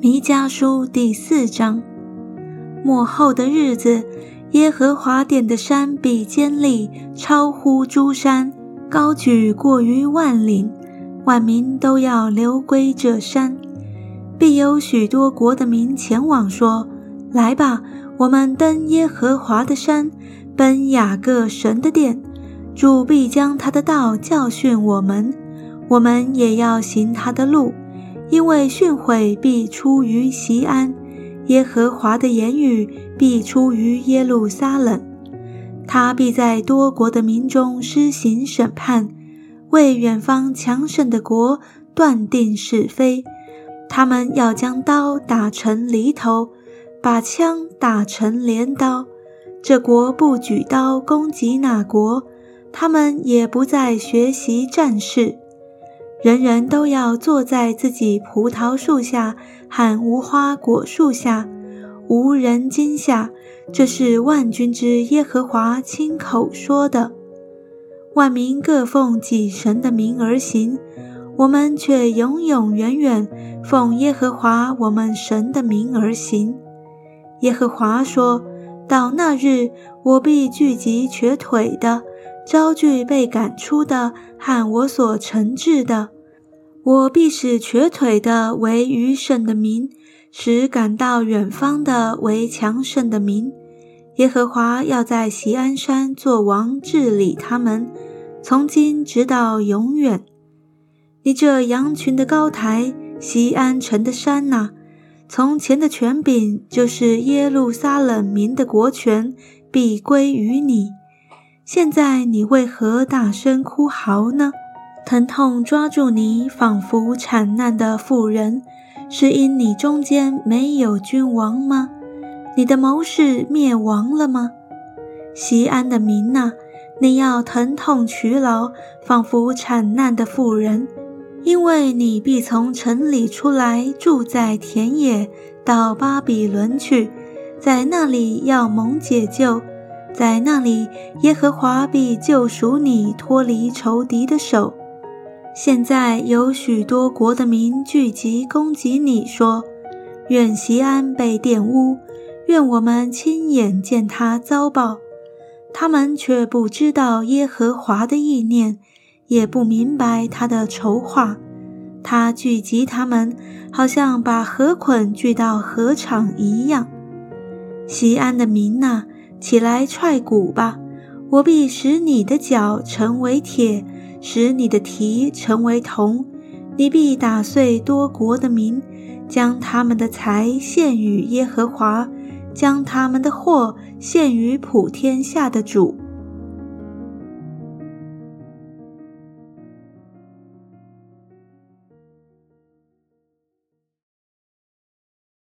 弥迦书第4章。末后的日子，耶和华殿的山必坚立，超乎诸山，高举过于万岭，万民都要流归这山。必有许多国的民前往说：来吧，我们登耶和华的山，奔雅各神的殿。主必将他的道教训我们，我们也要行他的路。因为训诲必出于锡安，耶和华的言语必出于耶路撒冷。他必在多国的民中施行审判，为远方强盛的国断定是非。他们要将刀打成犁头，把枪打成镰刀。这国不举刀攻击那国，他们也不再学习战事。人人都要坐在自己葡萄树下和无花果树下，无人惊吓。这是万军之耶和华亲口说的。万民各奉己神的名而行，我们却永永远远奉耶和华我们神的名而行。耶和华说：到那日，我必聚集瘸腿的，招聚被赶出的和我所惩治的。我必使瘸腿的为余剩的民，使赶到远方的为强盛的民。耶和华要在锡安山作王，治理他们，从今直到永远。你这羊群的高台，锡安城的山哪，从前的权柄，就是耶路撒冷民的国权，必归于你。现在你为何大声哭嚎呢？疼痛抓住你，仿佛产难的妇人，是因你中间没有君王吗？你的谋士灭亡了吗？锡安的民哪，你要疼痛劬劳，仿佛产难的妇人，因为你必从城里出来，住在田野，到巴比伦去，在那里要蒙解救。在那里，耶和华必救赎你，脱离仇敌的手。现在有许多国的民聚集攻击你，说：愿锡安被玷污，愿我们亲眼见他遭报。他们却不知道耶和华的意念，也不明白他的筹划。他聚集他们，好像把河捆聚到河场一样。锡安的民哪，起来踹鼓吧！我必使你的脚成为铁，使你的蹄成为铜。你必打碎多国的民，将他们的财献与耶和华，将他们的货献于普天下的主。